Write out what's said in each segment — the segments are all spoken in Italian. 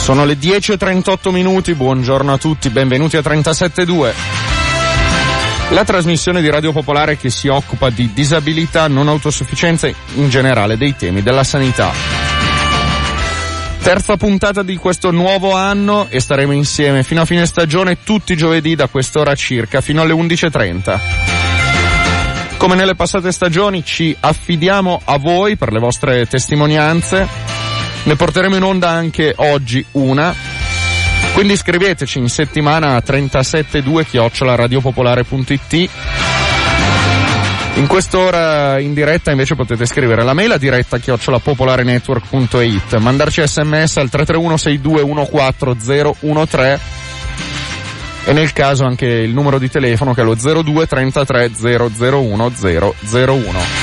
Sono le 10:38 minuti, buongiorno a tutti, benvenuti a 37.2. La trasmissione di Radio Popolare che si occupa di disabilità, non autosufficienza e in generale dei temi della sanità. Terza puntata di questo nuovo anno e staremo insieme fino a fine stagione tutti i giovedì da quest'ora circa fino alle 11:30. Come nelle passate stagioni ci affidiamo a voi per le vostre testimonianze. Ne porteremo in onda anche oggi una. Quindi scriveteci in settimana a 372@radiopopolare.it. In quest'ora in diretta invece potete scrivere la mail a diretta @popolarenetwork.it, mandarci sms al 331 62 14013 e nel caso anche il numero di telefono che è lo 02 33 001 001.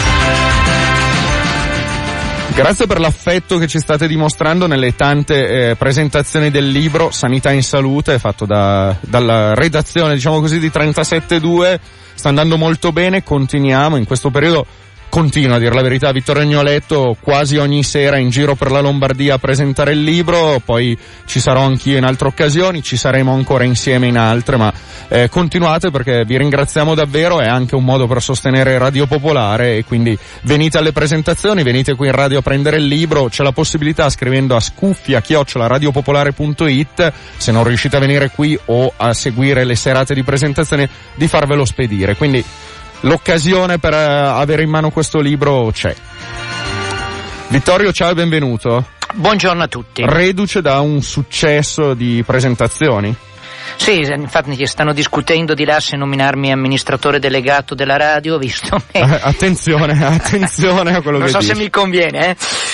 Grazie per l'affetto che ci state dimostrando nelle tante presentazioni del libro Sanità in Salute, fatto dalla redazione, diciamo così, di 37.2. Sta andando molto bene, continuiamo in questo periodo. Continua a dire la verità Vittorio Agnoletto quasi ogni sera in giro per la Lombardia a presentare il libro, poi ci sarò anch'io in altre occasioni, ci saremo ancora insieme in altre, ma continuate perché vi ringraziamo davvero, è anche un modo per sostenere Radio Popolare e quindi venite alle presentazioni, venite qui in radio a prendere il libro, c'è la possibilità scrivendo a scuffia@radiopopolare.it, se non riuscite a venire qui o a seguire le serate di presentazione, di farvelo spedire, quindi l'occasione per avere in mano questo libro c'è. Vittorio, ciao e benvenuto. Buongiorno a tutti. Reduce da un successo di presentazioni? Sì, infatti stanno discutendo di là se nominarmi amministratore delegato della radio, visto che... attenzione a quello che dici. Non so se mi conviene,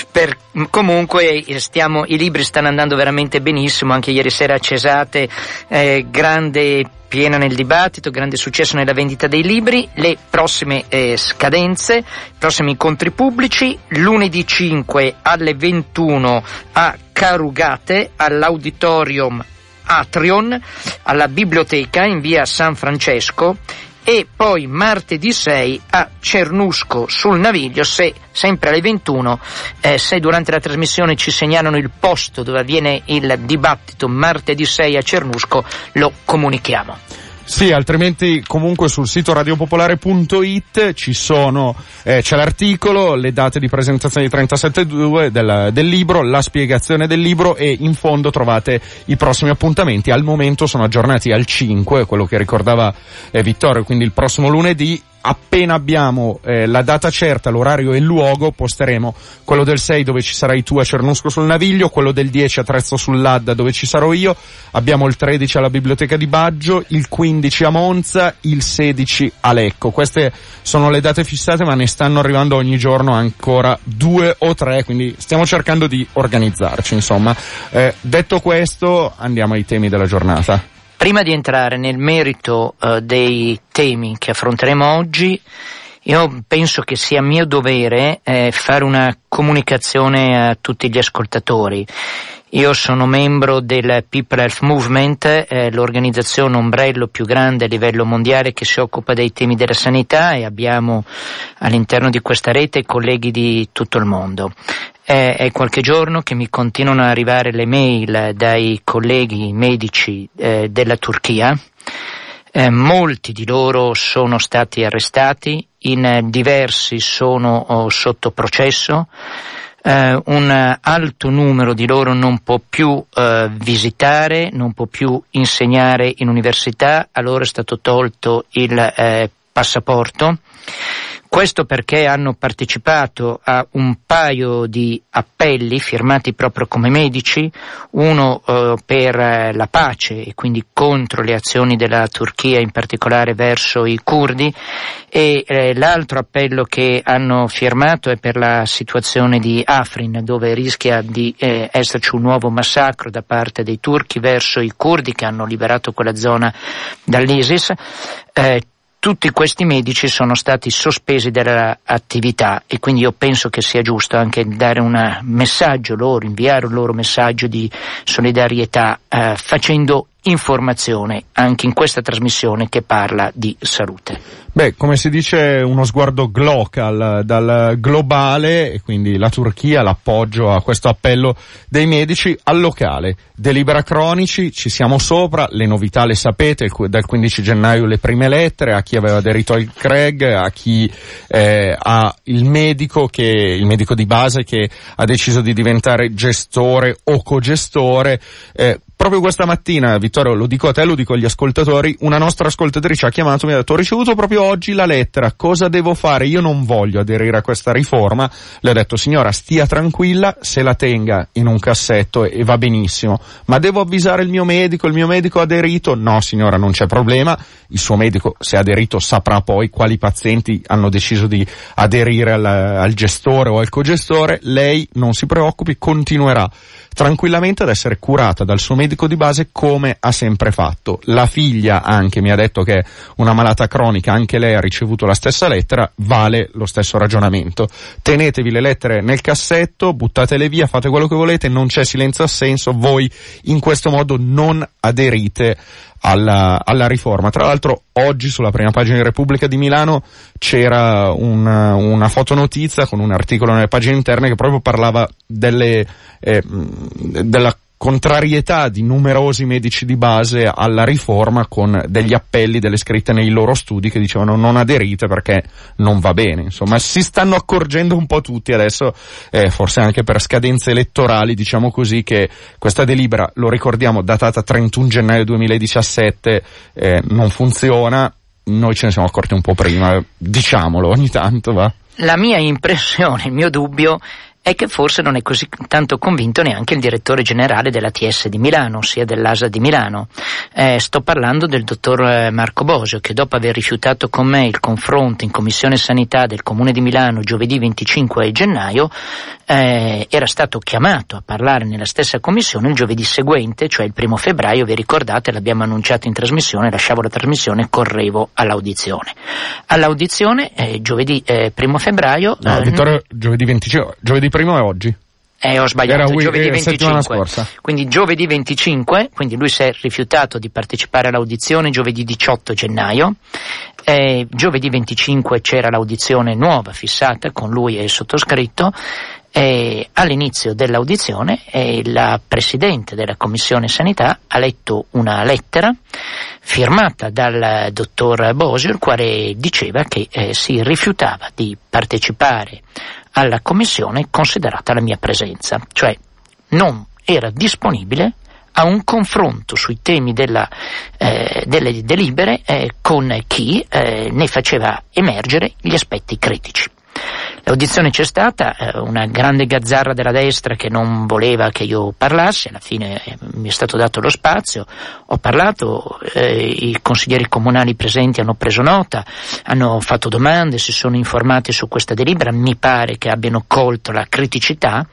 comunque i libri stanno andando veramente benissimo, anche ieri sera a Cesate, grande piena nel dibattito, grande successo nella vendita dei libri. Le prossime scadenze, i prossimi incontri pubblici, lunedì 5 alle 21 a Carugate, all'Auditorium Atrion, alla biblioteca in via San Francesco, e poi martedì 6 a Cernusco sul Naviglio, sempre alle 21. Se durante la trasmissione ci segnalano il posto dove avviene il dibattito martedì 6 a Cernusco, lo comunichiamo. Sì, altrimenti comunque sul sito radiopopolare.it c'è l'articolo, le date di presentazione di 37.2 del libro, la spiegazione del libro e in fondo trovate i prossimi appuntamenti. Al momento sono aggiornati al 5, quello che ricordava Vittorio, quindi il prossimo lunedì. Appena abbiamo la data certa, l'orario e il luogo, posteremo quello del 6 dove ci sarai tu a Cernusco sul Naviglio, quello del 10 a Trezzo sull'Adda dove ci sarò io, abbiamo il 13 alla Biblioteca di Baggio, il 15 a Monza, il 16 a Lecco. Queste sono le date fissate, ma ne stanno arrivando ogni giorno ancora 2 o 3, quindi stiamo cercando di organizzarci, insomma. Detto questo, andiamo ai temi della giornata. Prima di entrare nel merito dei temi che affronteremo oggi, io penso che sia mio dovere fare una comunicazione a tutti gli ascoltatori. Io sono membro del People Health Movement, l'organizzazione ombrello più grande a livello mondiale che si occupa dei temi della sanità, e abbiamo all'interno di questa rete colleghi di tutto il mondo. È qualche giorno che mi continuano ad arrivare le mail dai colleghi medici della Turchia. Molti di loro sono stati arrestati, in diversi sono sotto processo. Un alto numero di loro non può più visitare, non può più insegnare in università, a loro è stato tolto il passaporto. Questo perché hanno partecipato a un paio di appelli firmati proprio come medici, uno per la pace e quindi contro le azioni della Turchia, in particolare verso i curdi, e l'altro appello che hanno firmato è per la situazione di Afrin, dove rischia di esserci un nuovo massacro da parte dei turchi verso i curdi che hanno liberato quella zona dall'ISIS. Tutti questi medici sono stati sospesi dall'attività, e quindi io penso che sia giusto anche dare un messaggio loro, inviare un loro messaggio di solidarietà, facendo informazione anche in questa trasmissione che parla di salute. Beh, come si dice, uno sguardo glocal dal globale, e quindi la Turchia, l'appoggio a questo appello dei medici, al locale. Delibera Cronici, ci siamo sopra, le novità le sapete, dal 15 gennaio le prime lettere, a chi aveva aderito al CREG, a chi ha il medico di base che ha deciso di diventare gestore o cogestore. Proprio questa mattina, Vittorio, lo dico a te, lo dico agli ascoltatori, una nostra ascoltatrice ha chiamato e mi ha detto: ho ricevuto proprio oggi la lettera, cosa devo fare? Io non voglio aderire a questa riforma. Le ho detto: signora, stia tranquilla, se la tenga in un cassetto e va benissimo, ma devo avvisare il mio medico ha aderito? No signora, non c'è problema, il suo medico, se ha aderito, saprà poi quali pazienti hanno deciso di aderire al gestore o al cogestore. Lei non si preoccupi, continuerà tranquillamente ad essere curata dal suo medico di base come ha sempre fatto. La figlia anche mi ha detto che è una malata cronica, anche lei ha ricevuto la stessa lettera, vale lo stesso ragionamento. Tenetevi le lettere nel cassetto, buttatele via, fate quello che volete, non c'è silenzio assenso, voi in questo modo non aderite alla riforma. Tra l'altro oggi sulla prima pagina di Repubblica di Milano c'era una fotonotizia con un articolo nelle pagine interne che proprio parlava della contrarietà di numerosi medici di base alla riforma, con degli appelli, delle scritte nei loro studi che dicevano non aderite perché non va bene. Insomma, si stanno accorgendo un po' tutti adesso, forse anche per scadenze elettorali, diciamo così, che questa delibera, lo ricordiamo, datata 31 gennaio 2017, non funziona. Noi ce ne siamo accorti un po' prima, diciamolo ogni tanto, va. La mia impressione, il mio dubbio è che forse non è così tanto convinto neanche il direttore generale dell'ATS di Milano, ossia dell'ASL di Milano. Sto parlando del dottor Marco Bosio, che dopo aver rifiutato con me il confronto in Commissione Sanità del Comune di Milano giovedì 25 gennaio, era stato chiamato a parlare nella stessa commissione il giovedì seguente, cioè il 1 febbraio, vi ricordate, l'abbiamo annunciato in trasmissione, lasciavo la trasmissione e correvo all'audizione. Giovedì 1 febbraio... No, Vittorio, giovedì 25, giovedì primo è oggi. Ho sbagliato, giovedì 25, quindi giovedì 25, quindi lui si è rifiutato di partecipare all'audizione giovedì 18 gennaio, giovedì 25 c'era l'audizione nuova fissata con lui e il sottoscritto, all'inizio dell'audizione la Presidente della Commissione Sanità ha letto una lettera firmata dal dottor Bosio, il quale diceva che si rifiutava di partecipare alla commissione considerata la mia presenza, cioè non era disponibile a un confronto sui temi delle delibere con chi ne faceva emergere gli aspetti critici. L'audizione c'è stata, una grande gazzarra della destra che non voleva che io parlassi, alla fine mi è stato dato lo spazio, ho parlato, i consiglieri comunali presenti hanno preso nota, hanno fatto domande, si sono informati su questa delibera, mi pare che abbiano colto la criticità.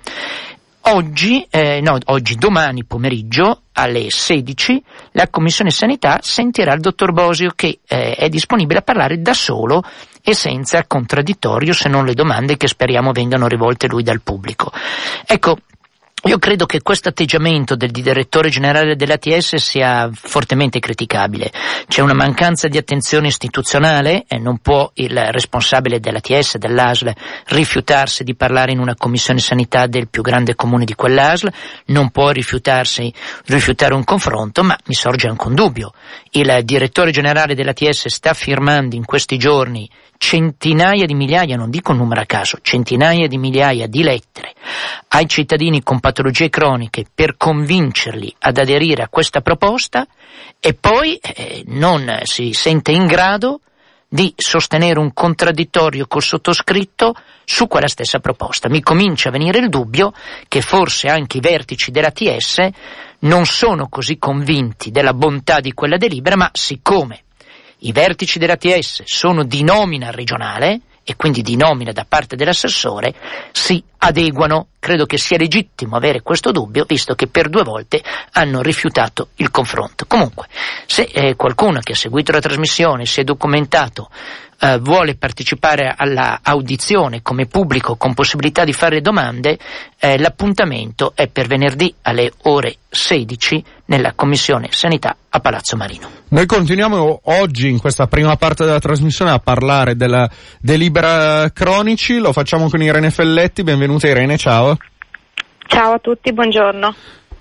Domani pomeriggio alle 16 la Commissione Sanità sentirà il dottor Bosio, che è disponibile a parlare da solo e senza contraddittorio, se non le domande che speriamo vengano rivolte lui dal pubblico. Ecco, io credo che questo atteggiamento del direttore generale dell'ATS sia fortemente criticabile. C'è una mancanza di attenzione istituzionale e non può il responsabile dell'ATS, dell'ASL, rifiutarsi di parlare in una commissione sanità del più grande comune di quell'ASL, non può rifiutare un confronto, ma mi sorge anche un dubbio. Il direttore generale dell'ATS sta firmando in questi giorni centinaia di migliaia, non dico un numero a caso, centinaia di migliaia di lettere ai cittadini con patologie croniche per convincerli ad aderire a questa proposta, e poi non si sente in grado di sostenere un contraddittorio col sottoscritto su quella stessa proposta. Mi comincia a venire il dubbio che forse anche i vertici dell'ATS non sono così convinti della bontà di quella delibera, ma siccome i vertici dell'ATS sono di nomina regionale e quindi di nomina da parte dell'assessore, si adeguano. Credo che sia legittimo avere questo dubbio, visto che per 2 volte hanno rifiutato il confronto. Comunque, se qualcuno che ha seguito la trasmissione, si è documentato, vuole partecipare alla audizione come pubblico con possibilità di fare domande, l'appuntamento è per venerdì alle ore 16 nella Commissione Sanità a Palazzo Marino. Noi continuiamo oggi in questa prima parte della trasmissione a parlare della delibera Cronici, lo facciamo con Irene Felletti. Benvenuta Irene, ciao. Ciao a tutti, buongiorno.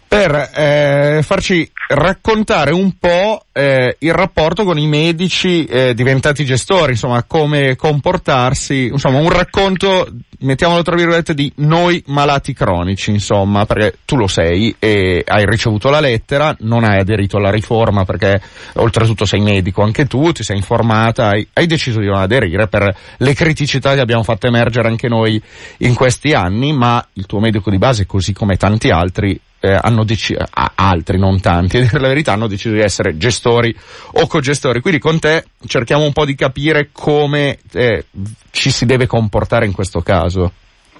Per farci raccontare un po' il rapporto con i medici diventati gestori, insomma come comportarsi, insomma un racconto, mettiamolo tra virgolette, di noi malati cronici, insomma, perché tu lo sei e hai ricevuto la lettera, non hai aderito alla riforma perché oltretutto sei medico anche tu, ti sei informata, hai deciso di non aderire per le criticità che abbiamo fatto emergere anche noi in questi anni, ma il tuo medico di base, così come tanti altri, hanno deciso, altri non tanti, a dire la verità, hanno deciso di essere gestori o cogestori. Quindi con te cerchiamo un po' di capire come ci si deve comportare in questo caso.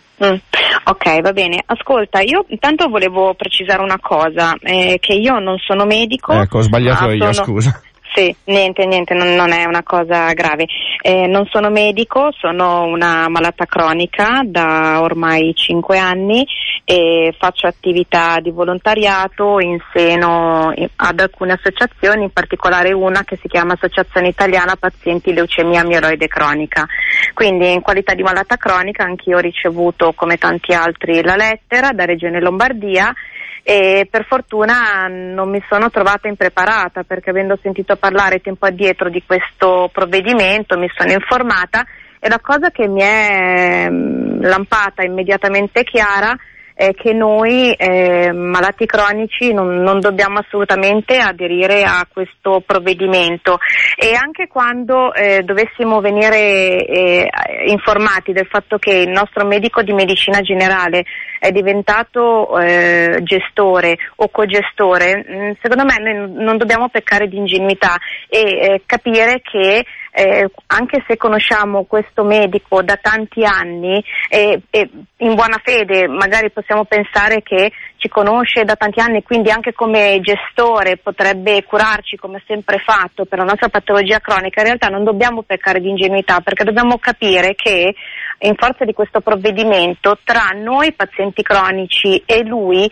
Ok, va bene. Ascolta, io intanto volevo precisare una cosa, che io non sono medico. Ecco, ho sbagliato io, scusa. Sì, niente, non è una cosa grave. Non sono medico, sono una malata cronica da ormai 5 anni e faccio attività di volontariato in seno ad alcune associazioni, in particolare una che si chiama Associazione Italiana Pazienti Leucemia Mieloide Cronica. Quindi in qualità di malata cronica anch'io ho ricevuto, come tanti altri, la lettera da Regione Lombardia, e per fortuna non mi sono trovata impreparata, perché avendo sentito parlare tempo addietro di questo provvedimento mi sono informata e la cosa che mi è lampata immediatamente chiara è che noi malati cronici non dobbiamo assolutamente aderire a questo provvedimento, e anche quando dovessimo venire informati del fatto che il nostro medico di medicina generale è diventato gestore o cogestore, secondo me noi non dobbiamo peccare di ingenuità e capire che anche se conosciamo questo medico da tanti anni e in buona fede magari possiamo pensare che ci conosce da tanti anni, quindi anche come gestore potrebbe curarci come ha sempre fatto per la nostra patologia cronica, in realtà non dobbiamo peccare di ingenuità, perché dobbiamo capire che in forza di questo provvedimento tra noi pazienti cronici e lui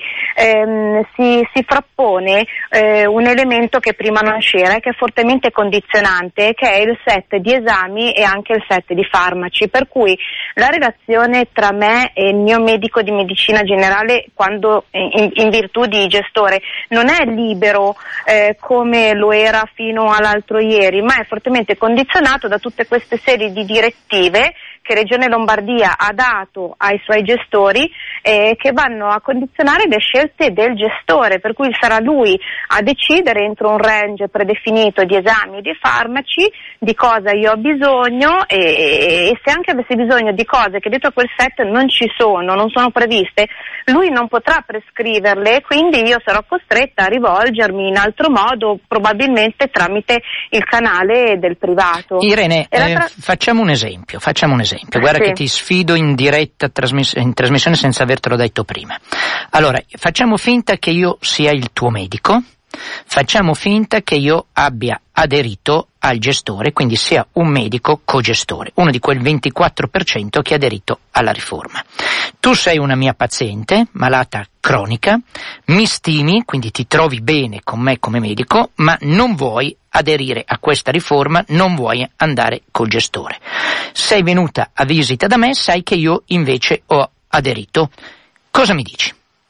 si frappone un elemento che prima non c'era e che è fortemente condizionante, che è il set di esami e anche il set di farmaci, per cui la relazione tra me e il mio medico di medicina generale, quando in virtù di gestore, non è libero come lo era fino all'altro ieri, ma è fortemente condizionato da tutte queste serie di direttive che Regione Lombardia ha dato ai suoi gestori, che vanno a condizionare le scelte del gestore, per cui sarà lui a decidere entro un range predefinito di esami e di farmaci di cosa io ho bisogno, e se anche avessi bisogno di cose che dentro quel set non ci sono, non sono previste, lui non potrà prescriverle, quindi io sarò costretta a rivolgermi in altro modo, probabilmente tramite il canale del privato. Irene, facciamo un esempio. Guarda, sì, che ti sfido in diretta in trasmissione senza avertelo detto prima. Allora, facciamo finta che io sia il tuo medico, facciamo finta che io abbia aderito al gestore, quindi sia un medico cogestore, uno di quel 24% che ha aderito alla riforma. Tu sei una mia paziente, malata cronica, mi stimi, quindi ti trovi bene con me come medico, ma non vuoi aderire a questa riforma, non vuoi andare col gestore. Sei venuta a visita da me, sai che io invece ho aderito. Cosa mi dici?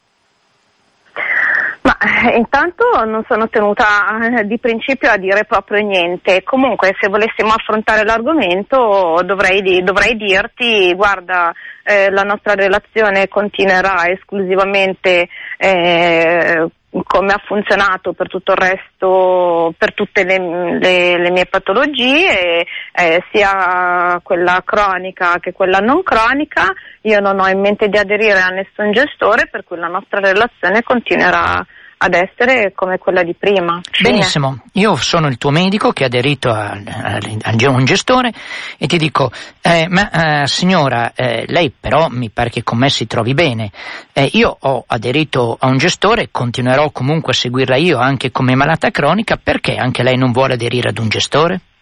Ma intanto non sono tenuta di principio a dire proprio niente. Comunque, se volessimo affrontare l'argomento dovrei dirti: guarda, la nostra relazione continuerà esclusivamente come ha funzionato per tutto il resto, per tutte le mie patologie, sia quella cronica che quella non cronica. Io non ho in mente di aderire a nessun gestore, per cui la nostra relazione continuerà ad essere come quella di prima. Benissimo, io sono il tuo medico che ha aderito a un gestore e ti dico, signora, lei però mi pare che con me si trovi bene, io ho aderito a un gestore, continuerò comunque a seguirla io anche come malata cronica, perché anche lei non vuole aderire ad un gestore?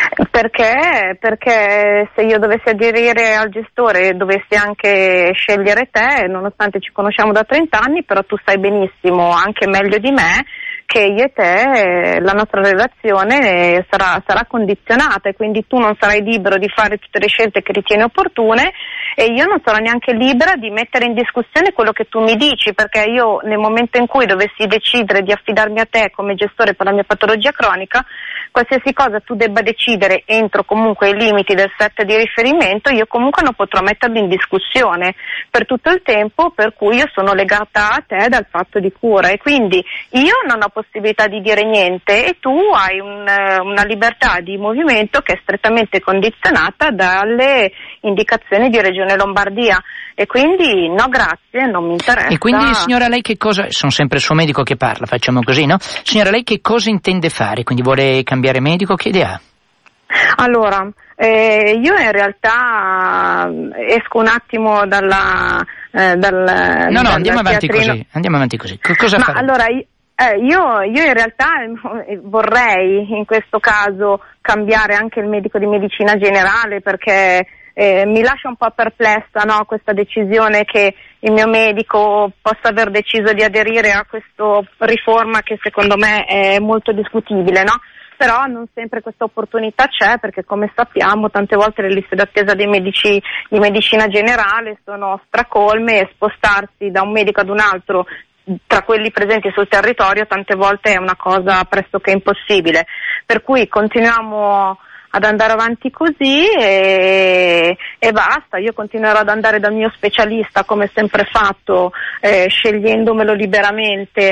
Perché se io dovessi aderire al gestore dovessi anche scegliere te, nonostante ci conosciamo da 30 anni, però tu sai benissimo, anche meglio di me, che io e te la nostra relazione sarà condizionata, e quindi tu non sarai libero di fare tutte le scelte che ritieni opportune e io non sarò neanche libera di mettere in discussione quello che tu mi dici, perché io nel momento in cui dovessi decidere di affidarmi a te come gestore per la mia patologia cronica, qualsiasi cosa tu debba decidere entro comunque i limiti del set di riferimento, io comunque non potrò metterli in discussione per tutto il tempo per cui io sono legata a te dal fatto di cura, e quindi io non ho possibilità di dire niente e tu hai una libertà di movimento che è strettamente condizionata dalle indicazioni di Regione Lombardia, e quindi no grazie, non mi interessa. E quindi signora, lei che cosa, sono sempre il suo medico che parla, facciamo così, no? Signora, lei che cosa intende fare? Quindi vuole cambiare medico? Che idea ha? Allora, io in realtà esco un attimo No, andiamo avanti così. Cosa fare? Allora, io in realtà vorrei in questo caso cambiare anche il medico di medicina generale, perché mi lascia un po' perplessa, no, questa decisione che il mio medico possa aver deciso di aderire a questa riforma che secondo me è molto discutibile, no? Però non sempre questa opportunità c'è, perché come sappiamo tante volte le liste d'attesa dei medici di medicina generale sono stracolme e spostarsi da un medico ad un altro tra quelli presenti sul territorio tante volte è una cosa pressoché impossibile, per cui continuiamo ad andare avanti così e basta. Io continuerò ad andare dal mio specialista come sempre fatto, scegliendomelo liberamente,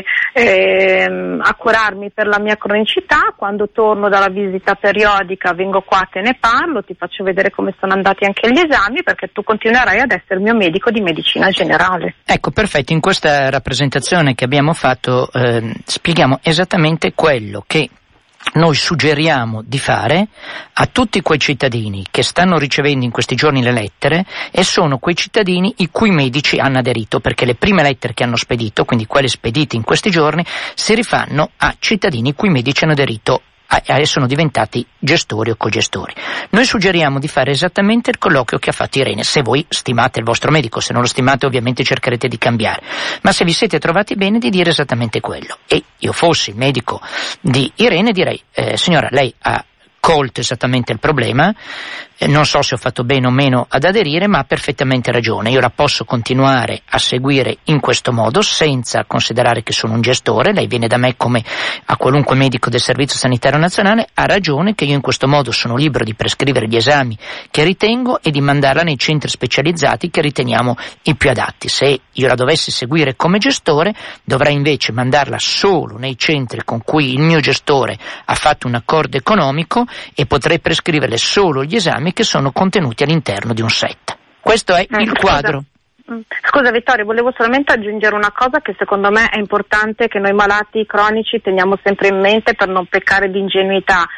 a curarmi per la mia cronicità. Quando torno dalla visita periodica vengo qua, te ne parlo, ti faccio vedere come sono andati anche gli esami, perché tu continuerai ad essere il mio medico di medicina generale. Ecco, perfetto, in questa rappresentazione che abbiamo fatto spieghiamo esattamente quello che noi suggeriamo di fare a tutti quei cittadini che stanno ricevendo in questi giorni le lettere, e sono quei cittadini i cui medici hanno aderito, perché le prime lettere che hanno spedito, quindi quelle spedite in questi giorni, si rifanno a cittadini i cui medici hanno aderito e sono diventati gestori o cogestori. Noi suggeriamo di fare esattamente il colloquio che ha fatto Irene, se voi stimate il vostro medico. Se non lo stimate ovviamente cercherete di cambiare, ma se vi siete trovati bene di dire esattamente quello. E io fossi il medico di Irene direi, signora, lei ha colto esattamente il problema, non so se ho fatto bene o meno ad aderire, ma ha perfettamente ragione. Io la posso continuare a seguire in questo modo senza considerare che sono un gestore. Lei viene da me come a qualunque medico del Servizio Sanitario Nazionale, ha ragione che io in questo modo sono libero di prescrivere gli esami che ritengo e di mandarla nei centri specializzati che riteniamo i più adatti. Se io la dovessi seguire come gestore, dovrei invece mandarla solo nei centri con cui il mio gestore ha fatto un accordo economico, e potrei prescriverle solo gli esami che sono contenuti all'interno di un set. Questo è il quadro. Scusa Vittorio, volevo solamente aggiungere una cosa che secondo me è importante, che noi malati cronici teniamo sempre in mente per non peccare di ingenuità.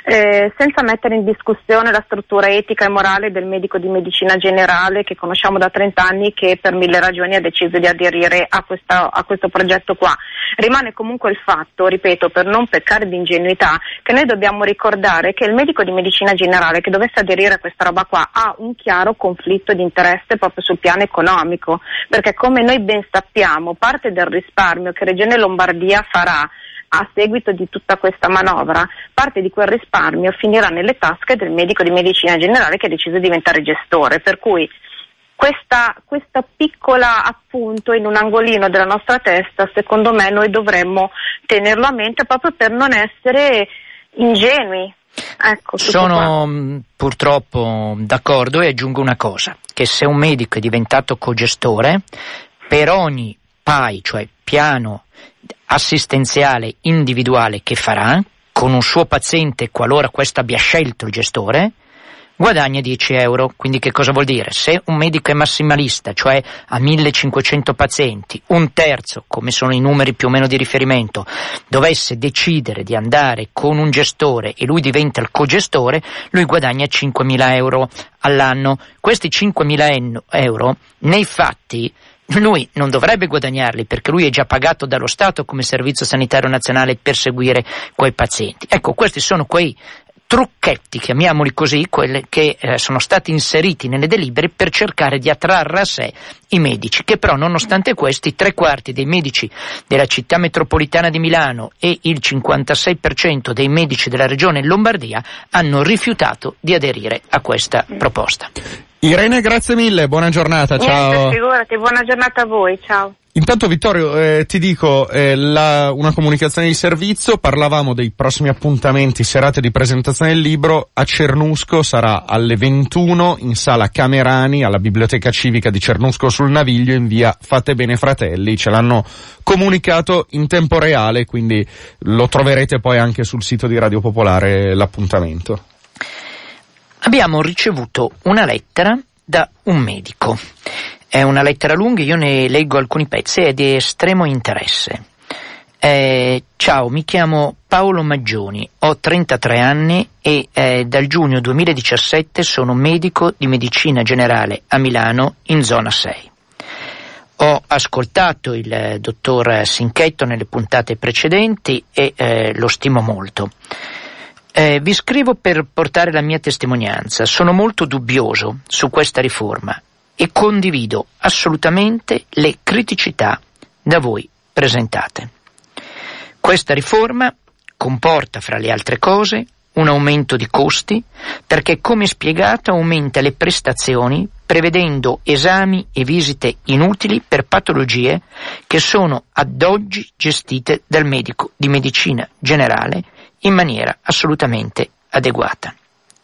Senza mettere in discussione la struttura etica e morale del medico di medicina generale che conosciamo da 30 anni, che per 1000 ragioni ha deciso di aderire a questo progetto qua. Rimane comunque il fatto, ripeto, per non peccare di ingenuità, che noi dobbiamo ricordare che il medico di medicina generale che dovesse aderire a questa roba qua ha un chiaro conflitto di interesse proprio sul piano economico, perché come noi ben sappiamo parte del risparmio che Regione Lombardia farà a seguito di tutta questa manovra, parte di quel risparmio finirà nelle tasche del medico di medicina generale che ha deciso di diventare gestore, per cui questo piccola appunto in un angolino della nostra testa, secondo me noi dovremmo tenerlo a mente proprio per non essere ingenui. Ecco, sono purtroppo d'accordo, e aggiungo una cosa, che se un medico è diventato cogestore, per ogni PAI, cioè piano assistenziale individuale che farà con un suo paziente, qualora questo abbia scelto il gestore, guadagna 10 euro. Quindi che cosa vuol dire? Se un medico è massimalista, cioè ha 1500 pazienti, un terzo, come sono i numeri più o meno di riferimento, dovesse decidere di andare con un gestore e lui diventa il cogestore, lui guadagna 5.000 euro all'anno. Questi 5.000 euro nei fatti lui non dovrebbe guadagnarli, perché lui è già pagato dallo Stato come Servizio Sanitario Nazionale per seguire quei pazienti. Ecco, questi sono quei trucchetti, chiamiamoli così, quelli che sono stati inseriti nelle delibere per cercare di attrarre a sé i medici, che però nonostante questi 3/4 dei medici della città metropolitana di Milano e il 56% dei medici della regione Lombardia hanno rifiutato di aderire a questa proposta. Irene, grazie mille, buona giornata, ciao. Niente, figurati, buona giornata a voi, ciao. Intanto Vittorio, ti dico, una comunicazione di servizio, parlavamo dei prossimi appuntamenti, serate di presentazione del libro, a Cernusco sarà alle 21 in sala Camerani alla Biblioteca Civica di Cernusco sul Naviglio in via Fate Bene Fratelli, ce l'hanno comunicato in tempo reale, quindi lo troverete poi anche sul sito di Radio Popolare l'appuntamento. Abbiamo ricevuto una lettera da un medico. È una lettera lunga, io ne leggo alcuni pezzi, è di estremo interesse. Ciao, mi chiamo Paolo Maggioni, ho 33 anni e dal giugno 2017 sono medico di medicina generale a Milano in zona 6. Ho ascoltato il dottor Sinchetto nelle puntate precedenti e lo stimo molto. Vi scrivo per portare la mia testimonianza. Sono molto dubbioso su questa riforma e condivido assolutamente le criticità da voi presentate. Questa riforma comporta, fra le altre cose, un aumento di costi perché, come spiegato, aumenta le prestazioni prevedendo esami e visite inutili per patologie che sono ad oggi gestite dal medico di medicina generale in maniera assolutamente adeguata.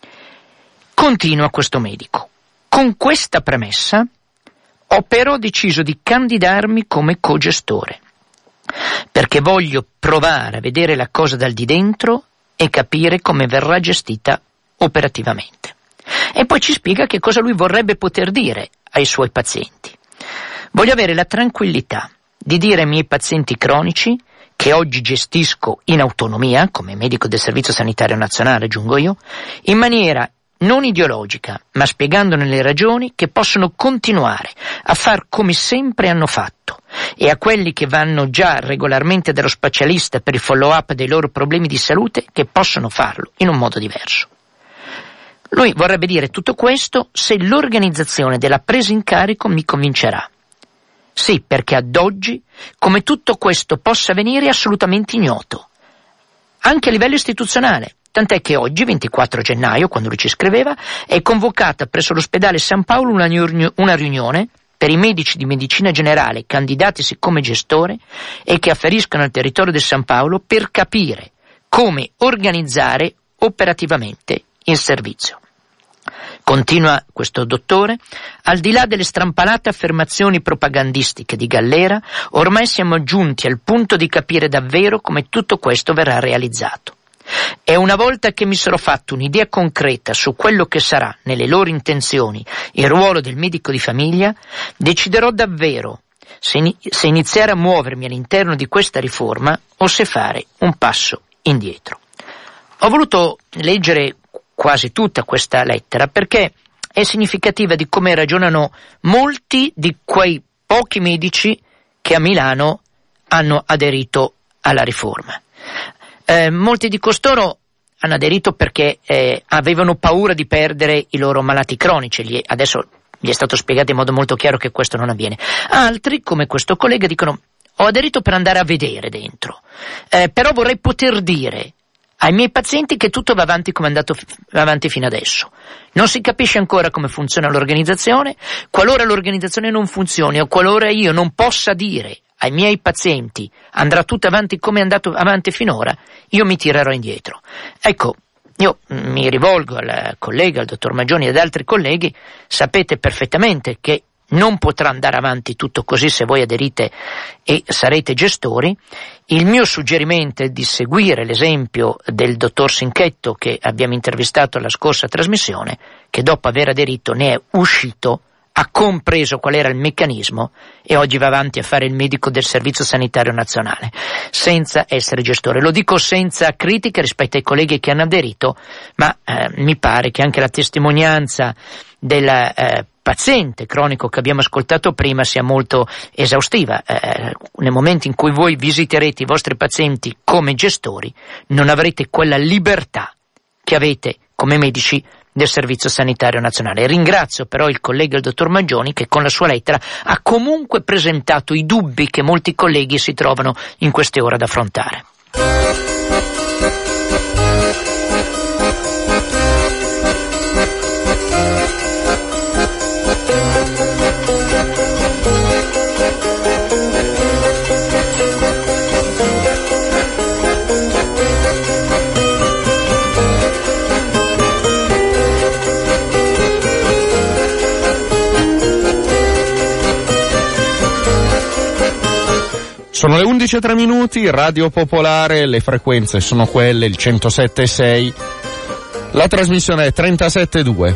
Continua questo medico. Con questa premessa ho però deciso di candidarmi come cogestore, perché voglio provare a vedere la cosa dal di dentro e capire come verrà gestita operativamente. E poi ci spiega che cosa lui vorrebbe poter dire ai suoi pazienti. Voglio avere la tranquillità di dire ai miei pazienti cronici, che oggi gestisco in autonomia, come medico del Servizio Sanitario Nazionale, aggiungo io, in maniera non ideologica, ma spiegandone le ragioni, che possono continuare a far come sempre hanno fatto, e a quelli che vanno già regolarmente dallo specialista per il follow-up dei loro problemi di salute, che possono farlo in un modo diverso. Lui vorrebbe dire tutto questo se l'organizzazione della presa in carico mi convincerà. Sì, perché ad oggi, come tutto questo possa avvenire, è assolutamente ignoto, anche a livello istituzionale, tant'è che oggi, 24 gennaio, quando lui ci scriveva, è convocata presso l'ospedale San Paolo una riunione per i medici di medicina generale candidatisi come gestore e che afferiscono al territorio del San Paolo per capire come organizzare operativamente il servizio. Continua questo dottore, al di là delle strampalate affermazioni propagandistiche di Gallera, ormai siamo giunti al punto di capire davvero come tutto questo verrà realizzato. E una volta che mi sarò fatto un'idea concreta su quello che sarà, nelle loro intenzioni, il ruolo del medico di famiglia, deciderò davvero se iniziare a muovermi all'interno di questa riforma o se fare un passo indietro. Ho voluto leggere quasi tutta questa lettera perché è significativa di come ragionano molti di quei pochi medici che a Milano hanno aderito alla riforma. Molti di costoro hanno aderito perché avevano paura di perdere i loro malati cronici. Adesso gli è stato spiegato in modo molto chiaro che questo non avviene. Altri, come questo collega, dicono: ho aderito per andare a vedere dentro, però vorrei poter dire ai miei pazienti che tutto va avanti come è andato avanti fino adesso. Non si capisce ancora come funziona l'organizzazione. Qualora l'organizzazione non funzioni o qualora io non possa dire ai miei pazienti andrà tutto avanti come è andato avanti finora, io mi tirerò indietro. Ecco, io mi rivolgo al collega, al dottor Maggioni e ad altri colleghi, sapete perfettamente che non potrà andare avanti tutto così se voi aderite e sarete gestori. Il mio suggerimento è di seguire l'esempio del dottor Sinchetto che abbiamo intervistato alla scorsa trasmissione, che dopo aver aderito ne è uscito, ha compreso qual era il meccanismo e oggi va avanti a fare il medico del Servizio Sanitario Nazionale, senza essere gestore. Lo dico senza critica rispetto ai colleghi che hanno aderito, ma mi pare che anche la testimonianza del paziente cronico che abbiamo ascoltato prima sia molto esaustiva. Nel momento in cui voi visiterete i vostri pazienti come gestori, non avrete quella libertà che avete come medici del Servizio Sanitario Nazionale. Ringrazio però il collega il dottor Maggioni, che con la sua lettera ha comunque presentato i dubbi che molti colleghi si trovano in queste ore ad affrontare. Sono le 11:03, Radio Popolare, le frequenze sono quelle, il 107.6, la trasmissione è 37.2.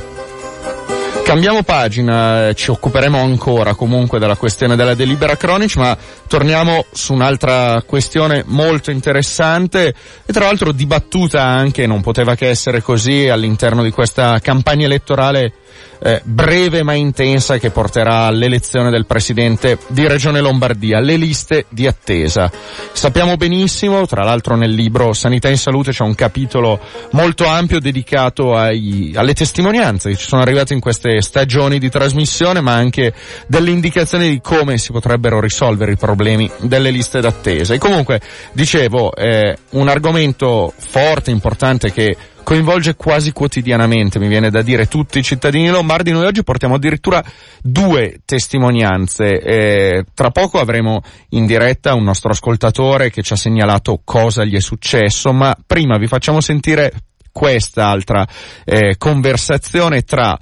Cambiamo pagina, ci occuperemo ancora comunque della questione della delibera Cronic, ma torniamo su un'altra questione molto interessante e tra l'altro dibattuta anche, non poteva che essere così, all'interno di questa campagna elettorale breve ma intensa che porterà all'elezione del presidente di Regione Lombardia, le liste di attesa. Sappiamo benissimo, tra l'altro nel libro Sanità in Salute c'è un capitolo molto ampio dedicato alle testimonianze che ci sono arrivate in queste stagioni di trasmissione, ma anche delle indicazioni di come si potrebbero risolvere i problemi delle liste d'attesa. E comunque, dicevo, un argomento forte, importante, che coinvolge quasi quotidianamente, mi viene da dire, tutti i cittadini lombardi. Noi oggi portiamo addirittura 2 testimonianze. Tra poco avremo in diretta un nostro ascoltatore che ci ha segnalato cosa gli è successo, ma prima vi facciamo sentire quest'altra conversazione tra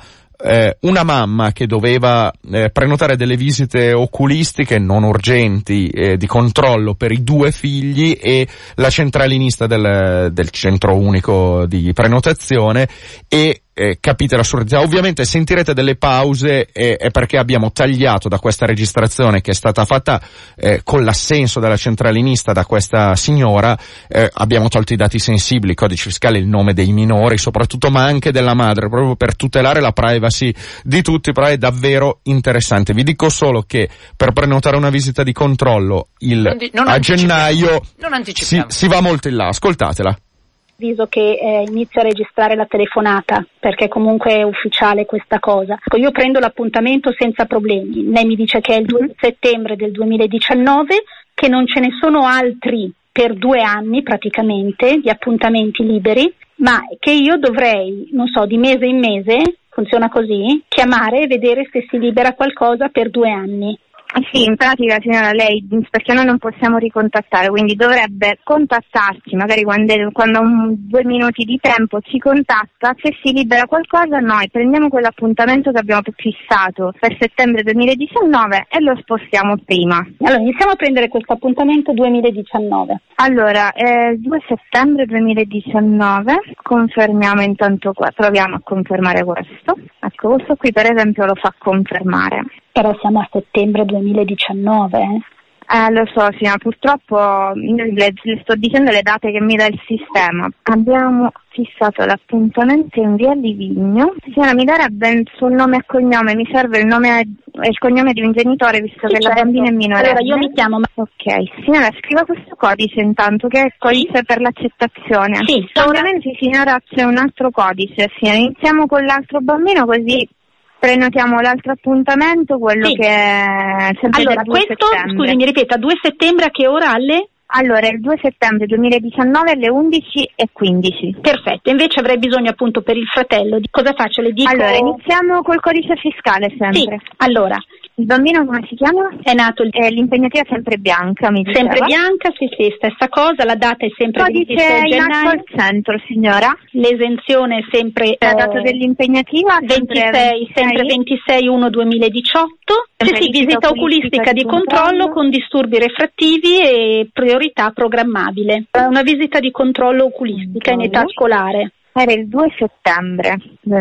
una mamma che doveva prenotare delle visite oculistiche non urgenti di controllo per i 2 figli e la centralinista del centro unico di prenotazione, e capite l'assurdità. Ovviamente sentirete delle pause, è perché abbiamo tagliato da questa registrazione che è stata fatta con l'assenso della centralinista da questa signora, abbiamo tolto i dati sensibili, codice fiscale, il nome dei minori soprattutto, ma anche della madre, proprio per tutelare la privacy di tutti, però è davvero interessante. Vi dico solo che per prenotare una visita di controllo a gennaio si va molto in là, ascoltatela. Avviso che inizio a registrare la telefonata, perché comunque è ufficiale questa cosa. Io prendo l'appuntamento senza problemi. Lei mi dice che è il 2 settembre del 2019, che non ce ne sono altri per 2 anni praticamente di appuntamenti liberi, ma che io dovrei, non so, di mese in mese, funziona così, chiamare e vedere se si libera qualcosa per 2 anni. Sì, in pratica signora, lei, perché noi non possiamo ricontattare, quindi dovrebbe contattarci, magari quando ha 2 minuti di tempo ci contatta, se si libera qualcosa noi prendiamo quell'appuntamento che abbiamo fissato per settembre 2019 e lo spostiamo prima. Allora iniziamo a prendere questo appuntamento 2019. Allora, 2 settembre 2019, confermiamo intanto qua, proviamo a confermare questo. Ecco, questo qui per esempio lo fa confermare. Però siamo a settembre 2019. Lo so, signora, purtroppo le sto dicendo le date che mi dà il sistema. Abbiamo fissato l'appuntamento in via Livigno. Signora, mi darebbe il suo nome e cognome, mi serve il nome e il cognome di un genitore, visto che la bambina è minorenne. Allora io mi chiamo... Ok, signora, scriva questo codice intanto, che è il codice per l'accettazione. Sì. Ovviamente, signora, c'è un altro codice. Signora, iniziamo con l'altro bambino, così prenotiamo l'altro appuntamento, quello che è sempre allora, del 2 questo, settembre. scusi, mi ripeta, 2 settembre a che ora? Alle? Allora, il 2 settembre 2019 alle 11:15. Perfetto, invece avrei bisogno appunto per il fratello. Cosa faccio? Le dico... Allora, iniziamo col codice fiscale sempre. Sì, allora. Il bambino come si chiama? È nato l'impegnativa è sempre bianca, mi diceva. Sempre bianca, sì, stessa cosa, la data è sempre codice 26 gennaio. in alto al centro, signora. L'esenzione è sempre... La data dell'impegnativa? 26, sempre 26/1/2018. Sì, visita oculistica di controllo con disturbi refrattivi e priorità programmabile. Una visita di controllo oculistica in età scolare. Era il 2 settembre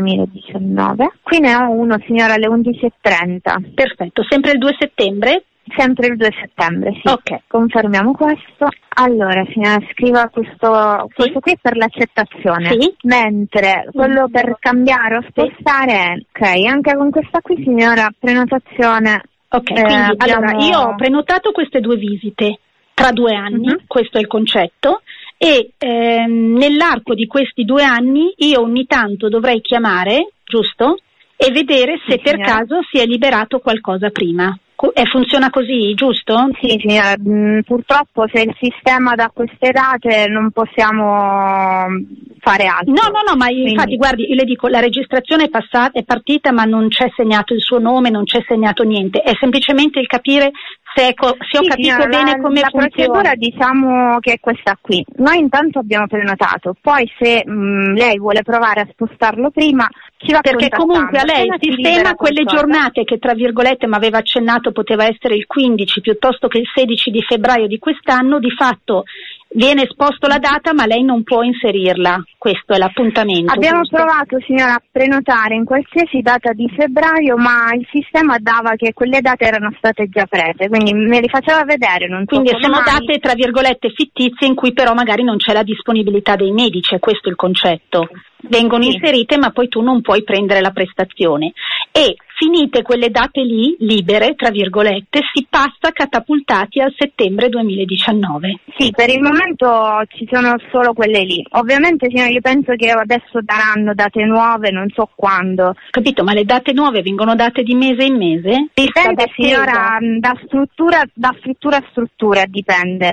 2019. Qui ne ho uno, signora, alle 11:30. Perfetto, sempre il 2 settembre? Sempre il 2 settembre, sì. Ok. Confermiamo questo. Allora, signora, scriva questo qui per l'accettazione. Sì. Mentre quello per cambiare o spostare, ok, anche con questa qui, signora, prenotazione. Ok, quindi allora io ho prenotato queste 2 visite tra 2 anni, questo è il concetto. e nell'arco di questi 2 anni io ogni tanto dovrei chiamare, giusto? E vedere se per caso si è liberato qualcosa prima. Funziona così, giusto? Sì, signora, purtroppo se il sistema dà queste date non possiamo fare altro. No, ma infatti guardi, io le dico, la registrazione è partita, ma non c'è segnato il suo nome, non c'è segnato niente, è semplicemente il capire se ho capito signora, bene come la procedura, diciamo che è questa qui. Noi intanto abbiamo prenotato, poi se lei vuole provare a spostarlo prima ci va, perché comunque a lei il sistema quelle giornate che tra virgolette mi aveva accennato poteva essere il 15 piuttosto che il 16 di febbraio di quest'anno, di fatto viene esposto la data ma lei non può inserirla, questo è l'appuntamento. Abbiamo giusto? provato, signora, a prenotare in qualsiasi data di febbraio, ma il sistema dava che quelle date erano state già prese, quindi me li faceva vedere. Quindi sono date tra virgolette fittizie in cui però magari non c'è la disponibilità dei medici, è questo il concetto. Vengono inserite ma poi tu non puoi prendere la prestazione e finite quelle date lì, libere, tra virgolette, si passa catapultati al settembre 2019. Sì, per il momento ci sono solo quelle lì. Ovviamente, signora, io penso che adesso daranno date nuove, non so quando. Capito, ma le date nuove vengono date di mese in mese? Dipende, signora, da struttura a struttura, dipende.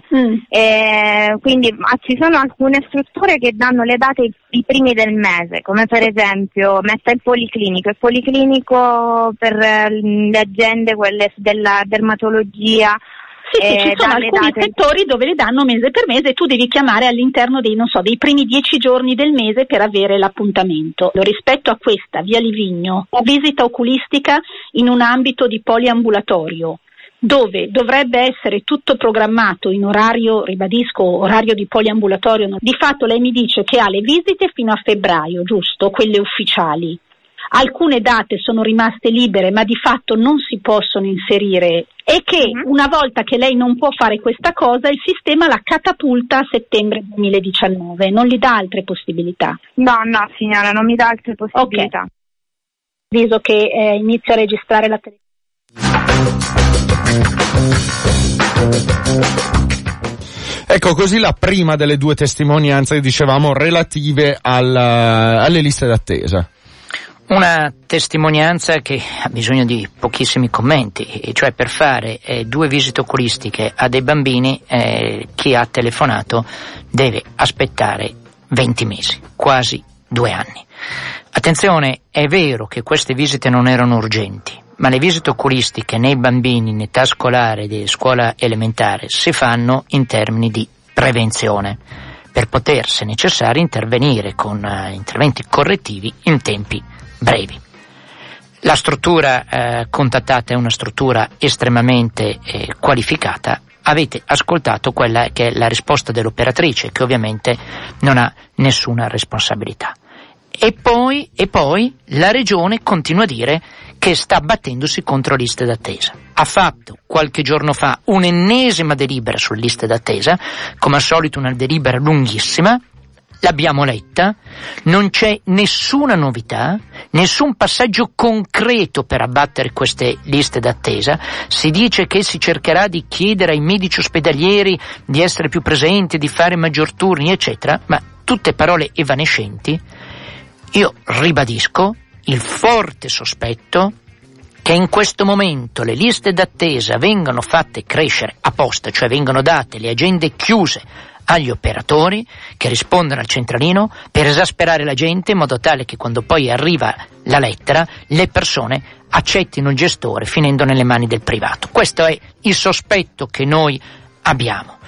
Quindi ci sono alcune strutture che danno le date i primi del mese, come per esempio metta il policlinico per le aziende, quelle della dermatologia. Sì, ci sono alcuni settori dove le danno mese per mese e tu devi chiamare all'interno dei primi 10 giorni del mese per avere l'appuntamento. Rispetto a questa, via Livigno, ho visita oculistica in un ambito di poliambulatorio, dove dovrebbe essere tutto programmato in orario, ribadisco, orario di poliambulatorio. Di fatto lei mi dice che ha le visite fino a febbraio, giusto? Quelle ufficiali. Alcune date sono rimaste libere ma di fatto non si possono inserire e che una volta che lei non può fare questa cosa il sistema la catapulta a settembre 2019, non gli dà altre possibilità. No signora, non mi dà altre possibilità. Okay. Avviso che inizia a registrare la Ecco, così la prima delle 2 testimonianze, dicevamo, relative alle liste d'attesa. Una testimonianza che ha bisogno di pochissimi commenti, e cioè per fare 2 visite oculistiche a dei bambini chi ha telefonato deve aspettare 20 mesi, quasi 2 anni. Attenzione, è vero che queste visite non erano urgenti, ma le visite oculistiche nei bambini in età scolare di scuola elementare si fanno in termini di prevenzione, per poter, se necessario, intervenire con interventi correttivi in tempi brevi. La struttura contattata è una struttura estremamente qualificata. Avete ascoltato quella che è la risposta dell'operatrice, che ovviamente non ha nessuna responsabilità. E poi la Regione continua a dire che sta battendosi contro liste d'attesa. Ha fatto qualche giorno fa un'ennesima delibera sulle liste d'attesa, come al solito una delibera lunghissima. L'abbiamo letta, non c'è nessuna novità, nessun passaggio concreto per abbattere queste liste d'attesa. Si dice che si cercherà di chiedere ai medici ospedalieri di essere più presenti, di fare maggior turni, eccetera, ma tutte parole evanescenti. Io ribadisco il forte sospetto che in questo momento le liste d'attesa vengano fatte crescere apposta, cioè vengono date le agende chiuse agli operatori che rispondono al centralino per esasperare la gente in modo tale che quando poi arriva la lettera le persone accettino il gestore finendo nelle mani del privato. Questo è il sospetto che noi abbiamo.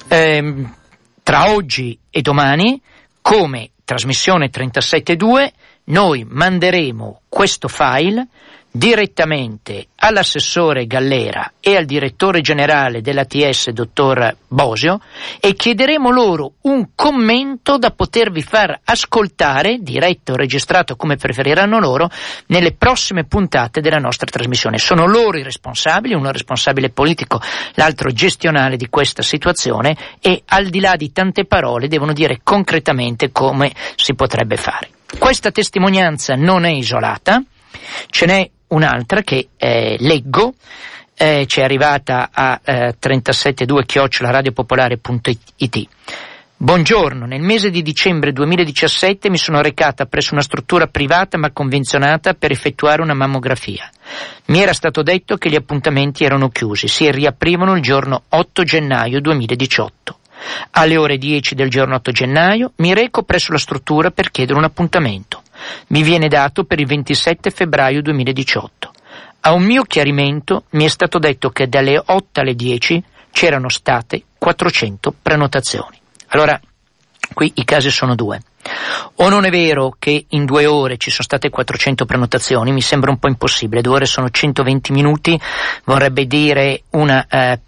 Tra oggi e domani, come trasmissione 37.2, noi manderemo questo file direttamente all'assessore Gallera e al direttore generale dell'ATS, dottor Bosio, e chiederemo loro un commento da potervi far ascoltare, diretto o registrato come preferiranno loro, nelle prossime puntate della nostra trasmissione. Sono loro i responsabili, uno responsabile politico, l'altro gestionale di questa situazione, e al di là di tante parole devono dire concretamente come si potrebbe fare. Questa testimonianza non è isolata, ce n'è un'altra che leggo, ci è arrivata a 372@radiopopolare.it. Buongiorno, nel mese di dicembre 2017 mi sono recata presso una struttura privata ma convenzionata per effettuare una mammografia. Mi era stato detto che gli appuntamenti erano chiusi, si riaprivano il giorno 8 gennaio 2018. Alle ore 10 del giorno 8 gennaio mi reco presso la struttura per chiedere un appuntamento. Mi viene dato per il 27 febbraio 2018. A un mio chiarimento mi è stato detto che dalle 8 alle 10 c'erano state 400 prenotazioni. Allora, qui i casi sono due. O non è vero che in 2 ore ci sono state 400 prenotazioni, mi sembra un po' impossibile, 2 ore sono 120 minuti, vorrebbe dire una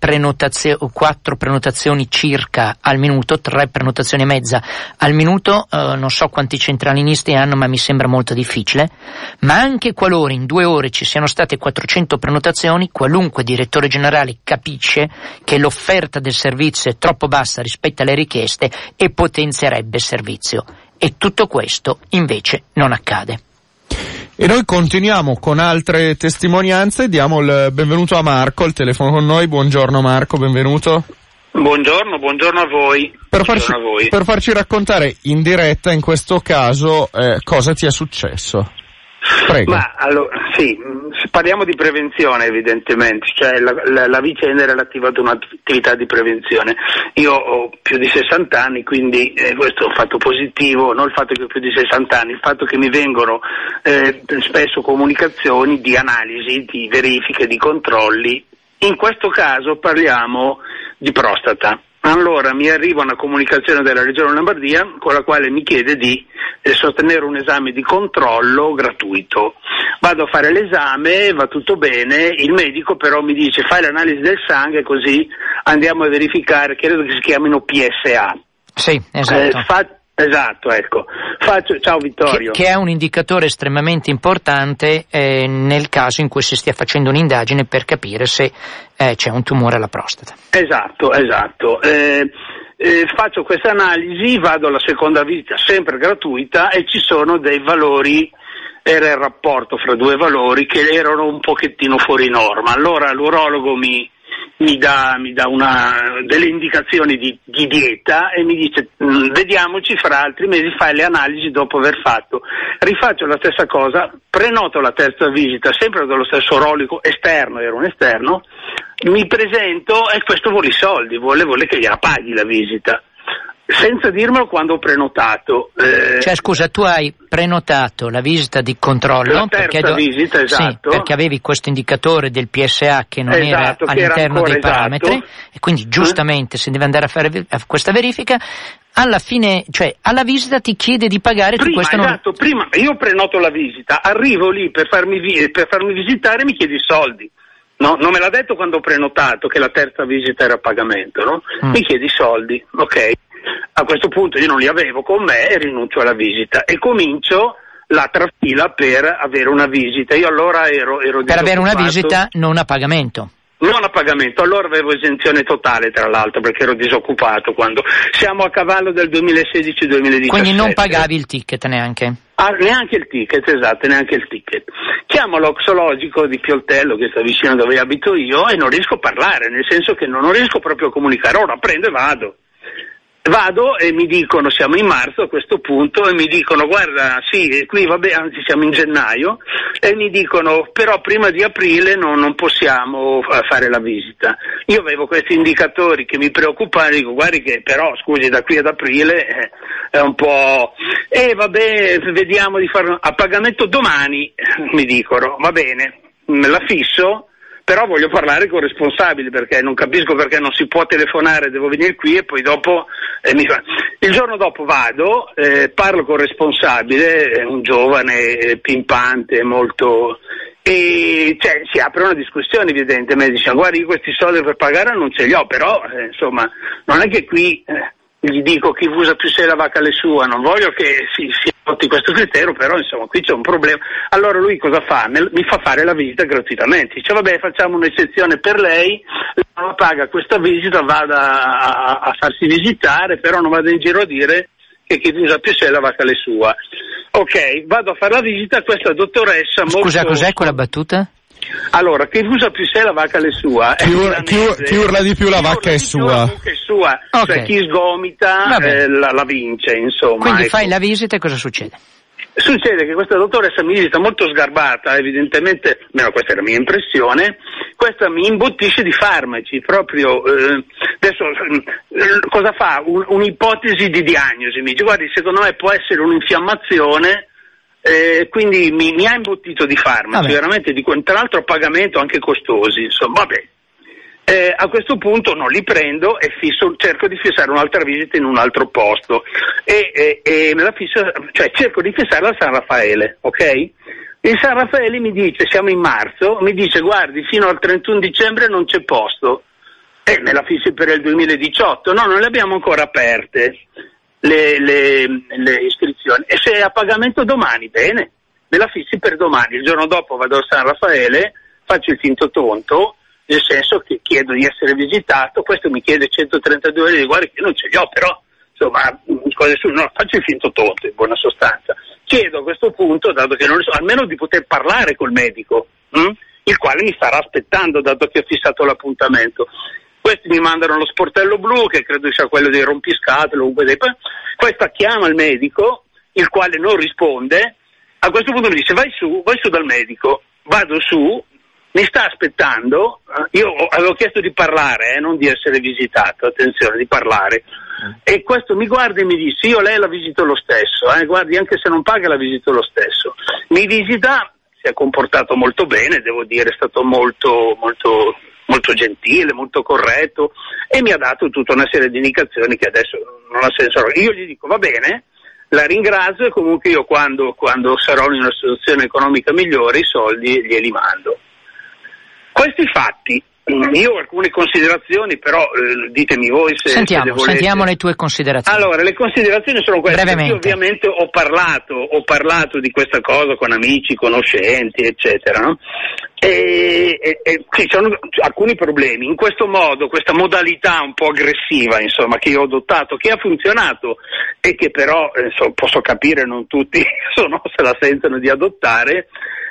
4 prenotazioni circa al minuto, 3 prenotazioni e mezza al minuto, non so quanti centralinisti hanno, ma mi sembra molto difficile. Ma anche qualora in 2 ore ci siano state 400 prenotazioni, qualunque direttore generale capisce che l'offerta del servizio è troppo bassa rispetto alle richieste e potenzierebbe il servizio. E tutto questo invece non accade. E noi continuiamo con altre testimonianze, diamo il benvenuto a Marco al telefono con noi. Buongiorno Marco, benvenuto. Buongiorno a voi. Per farci raccontare in diretta in questo caso cosa ti è successo. Prego. Ma allora, sì, parliamo di prevenzione evidentemente, cioè la vicenda è relativa ad un'attività di prevenzione. Io ho più di 60 anni, quindi questo è un fatto positivo, non il fatto che ho più di 60 anni, il fatto che mi vengono spesso comunicazioni di analisi, di verifiche, di controlli. In questo caso parliamo di prostata. Allora mi arriva una comunicazione della Regione Lombardia con la quale mi chiede di sostenere un esame di controllo gratuito. Vado a fare l'esame, va tutto bene, il medico però mi dice fai l'analisi del sangue così andiamo a verificare, credo che si chiamino PSA. Sì, esatto. Esatto, ecco. Ciao Vittorio. Che è un indicatore estremamente importante nel caso in cui si stia facendo un'indagine per capire se c'è un tumore alla prostata. Esatto. Faccio questa analisi, vado alla seconda visita sempre gratuita e ci sono dei valori, era il rapporto fra 2 valori che erano un pochettino fuori norma. Allora l'urologo mi dà delle indicazioni di dieta e mi dice vediamoci fra altri mesi, fai le analisi dopo aver fatto. Rifaccio la stessa cosa, prenoto la terza visita sempre dallo stesso urologo esterno, era un esterno, mi presento e questo vuole i soldi, vuole che gliela paghi la visita. Senza dirmelo quando ho prenotato. Cioè scusa, tu hai prenotato la visita di controllo? La terza visita, esatto. Sì, perché avevi questo indicatore del PSA che non era all'interno dei parametri, e quindi giustamente se deve andare a fare questa verifica, alla fine, cioè alla visita ti chiede di pagare. Prima io prenoto la visita, arrivo lì per farmi visitare e mi chiedi i soldi. No, non me l'ha detto quando ho prenotato che la terza visita era a pagamento, no? Mi chiedi i soldi, ok. A questo punto io non li avevo con me e rinuncio alla visita e comincio la trafila per avere una visita. Io allora ero per avere una visita non a pagamento. Non a pagamento, allora avevo esenzione totale tra l'altro perché ero disoccupato quando siamo a cavallo del 2016-2017. Quindi non pagavi il ticket neanche? Neanche il ticket, esatto, neanche il ticket. Chiamo l'oxologico di Pioltello che sta vicino dove abito io e non riesco a parlare, nel senso che non riesco proprio a comunicare. Ora prendo e vado. Vado e mi dicono, siamo in marzo a questo punto, e mi dicono guarda, sì, qui vabbè, anzi siamo in gennaio, e mi dicono però prima di aprile non possiamo fare la visita. Io avevo questi indicatori che mi preoccupavano, dico guardi che però scusi da qui ad aprile è un po', vabbè vediamo di fare a pagamento domani, mi dicono, va bene, me la fisso. Però voglio parlare con i responsabili perché non capisco perché non si può telefonare, devo venire qui e poi dopo il giorno dopo vado, parlo con il responsabile, un giovane pimpante molto, e si apre una discussione evidentemente, dice guarda io questi soldi per pagare non ce li ho, però insomma non è che qui gli dico chi usa più se la vacca le sua, non voglio che si adotti questo criterio, però insomma qui c'è un problema. Allora lui cosa fa? Mi fa fare la visita gratuitamente, dice vabbè facciamo un'eccezione per lei, la paga questa visita, vada a farsi visitare, però non vada in giro a dire che chi usa più se la vacca le sua. Ok, vado a fare la visita, questa dottoressa Scusa, cos'è quella battuta? Allora, chi usa più sé la vacca è sua. Chi urla di più la vacca è sua. Okay. Cioè chi sgomita la vince, insomma. Quindi ecco. fai la visita e cosa succede? Succede che questa dottoressa mi visita molto sgarbata, evidentemente, almeno questa è la mia impressione, questa mi imbottisce di farmaci, proprio, adesso cosa fa? Un'ipotesi di diagnosi, mi dice guardi secondo me può essere un'infiammazione, quindi mi ha imbottito di farmaci, veramente tra l'altro a pagamento anche costosi, insomma, vabbè. A questo punto non li prendo e cerco di fissare un'altra visita in un altro posto e me la fisso, cioè cerco di fissarla a San Raffaele, ok? Il San Raffaele mi dice, siamo in marzo, mi dice guardi fino al 31 dicembre non c'è posto e me la fissi per il 2018, no, non le abbiamo ancora aperte le iscrizioni e se è a pagamento domani, bene, me la fissi per domani, il giorno dopo vado a San Raffaele, faccio il finto tonto, nel senso che chiedo di essere visitato, questo mi chiede 132 euro, guarda che non ce li ho, però insomma faccio il finto tonto in buona sostanza. Chiedo a questo punto, dato che non so, almeno di poter parlare col medico, il quale mi starà aspettando dato che ho fissato l'appuntamento. Questi mi mandano lo sportello blu, che credo sia quello dei rompiscatole, questa chiama il medico, il quale non risponde, a questo punto mi dice vai su dal medico, vado su, mi sta aspettando, io avevo chiesto di parlare, non di essere visitato, attenzione, di parlare, e questo mi guarda e mi dice io lei la visito lo stesso, guardi anche se non paga la visito lo stesso, mi visita, si è comportato molto bene, devo dire, è stato molto, molto, molto gentile, molto corretto e mi ha dato tutta una serie di indicazioni che adesso non ha senso, io gli dico va bene, la ringrazio e comunque io quando sarò in una situazione economica migliore i soldi glieli mando. Questi fatti, io ho alcune considerazioni, però ditemi voi se Sentiamo le tue considerazioni. Allora, le considerazioni sono queste. Brevemente. Io ovviamente ho parlato di questa cosa con amici, conoscenti, eccetera, no? E ci sono alcuni problemi. In questo modo, questa modalità un po' aggressiva, insomma, che io ho adottato, che ha funzionato e che però, posso capire, non tutti se la sentono di adottare,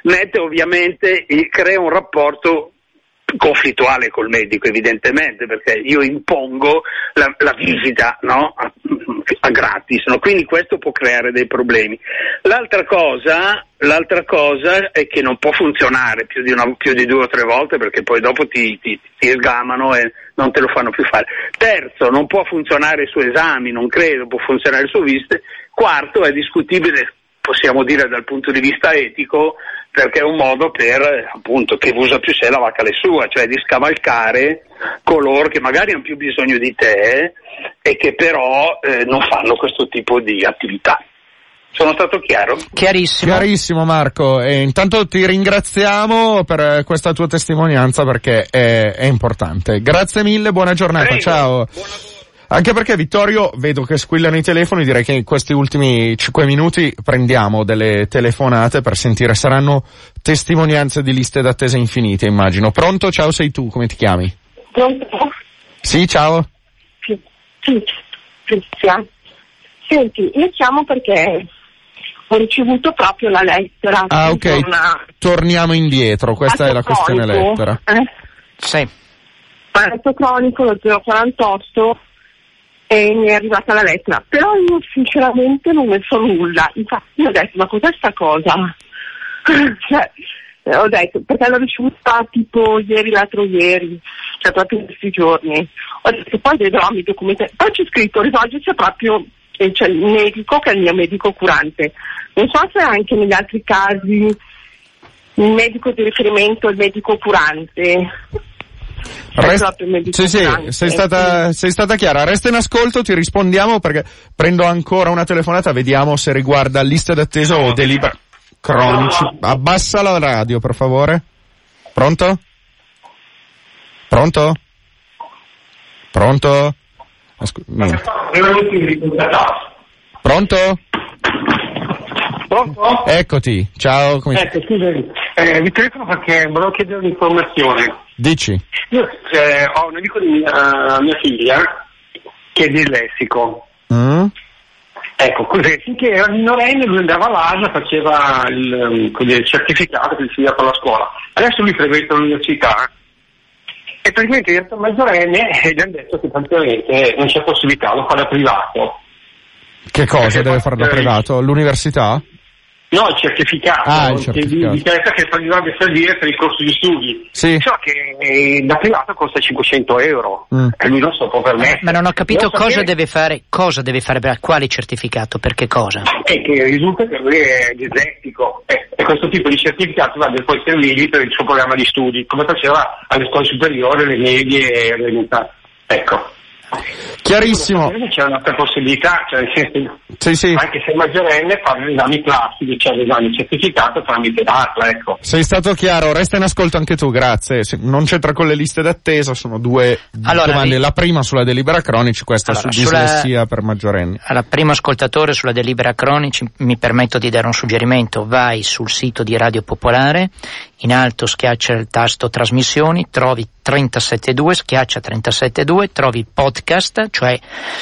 crea un rapporto conflittuale col medico, evidentemente, perché io impongo la visita, no? a gratis, no? Quindi questo può creare dei problemi. L'altra cosa è che non può funzionare più di 2 o 3 volte, perché poi dopo ti sgamano e non te lo fanno più fare. Terzo, non può funzionare su esami, non credo, può funzionare su visite. Quarto, è discutibile, possiamo dire dal punto di vista etico, perché è un modo per, appunto, che usa più sé la vacca le sua, cioè di scavalcare coloro che magari hanno più bisogno di te e che però non fanno questo tipo di attività. Sono stato chiaro? Chiarissimo Marco, e intanto ti ringraziamo per questa tua testimonianza perché è importante. Grazie mille, buona giornata. Prego. Ciao. Anche perché Vittorio, vedo che squillano i telefoni, direi che in questi ultimi 5 minuti prendiamo delle telefonate per sentire, saranno testimonianze di liste d'attesa infinite, immagino. Pronto? Ciao, sei tu, come ti chiami? Pronto? Sì, ciao. Sì, Cristian. Senti, io chiamo perché ho ricevuto proprio la lettera. Ah, ok, torniamo indietro, questa è la questione lettera. Sì. Fatto cronico, lo 048, e mi è arrivata la lettera, però io sinceramente non ne so nulla, infatti ho detto ma cos'è sta cosa? Cioè, ho detto perché l'ho ricevuta tipo ieri, l'altro ieri, cioè proprio in questi giorni, ho detto poi vedrò i documenti, poi c'è scritto rivolgersi proprio, cioè il medico che è il mio medico curante, non so se anche negli altri casi il medico di riferimento è il medico curante. Sì, sei stata chiara. Resta in ascolto, ti rispondiamo perché prendo ancora una telefonata, vediamo se riguarda lista d'attesa o delibera cronici. Abbassa la radio, per favore. Pronto? Pronto? Pronto? Pronto? Pronto? Eccoti, ciao. Scusami, vi telefono perché volevo chiedere un'informazione. Dici? Io ho un amico di mia figlia che è dislessico Ecco, così, finché era minorenne lui andava all'ASA, faceva il certificato che si dà per la scuola. Adesso lui frequenta l'università e praticamente è diventato maggiorenne e gli hanno detto che praticamente non c'è possibilità, lo fa da privato. Che cosa deve fare da privato? L'università? No, il certificato, il certificato. che dovrebbe servire per il corso di studi. Sì. So che da privato costa 500 euro e lui non so può permettere. Ma non ho capito cosa deve fare, per quale certificato, per che cosa? Che risulta che lui è dislessico e questo tipo di certificato dovrebbe poi servirgli per il suo programma di studi, come faceva alle scuole superiori, alle medie e alle università. Ecco. Chiarissimo. C'è un'altra possibilità, cioè nel senso, sì. anche se maggiorenne, fare gli esami classici, cioè l'esame certificato tramite DARPA, ecco. Sei stato chiaro, resta in ascolto anche tu, grazie. Non c'entra con le liste d'attesa, sono due domande. La prima sulla delibera cronici, questa su dislessia per maggiorenni. Alla primo ascoltatore sulla delibera cronici mi permetto di dare un suggerimento: vai sul sito di Radio Popolare, in alto schiaccia il tasto trasmissioni, trovi 372, schiaccia 372, trovi il podcast, cioè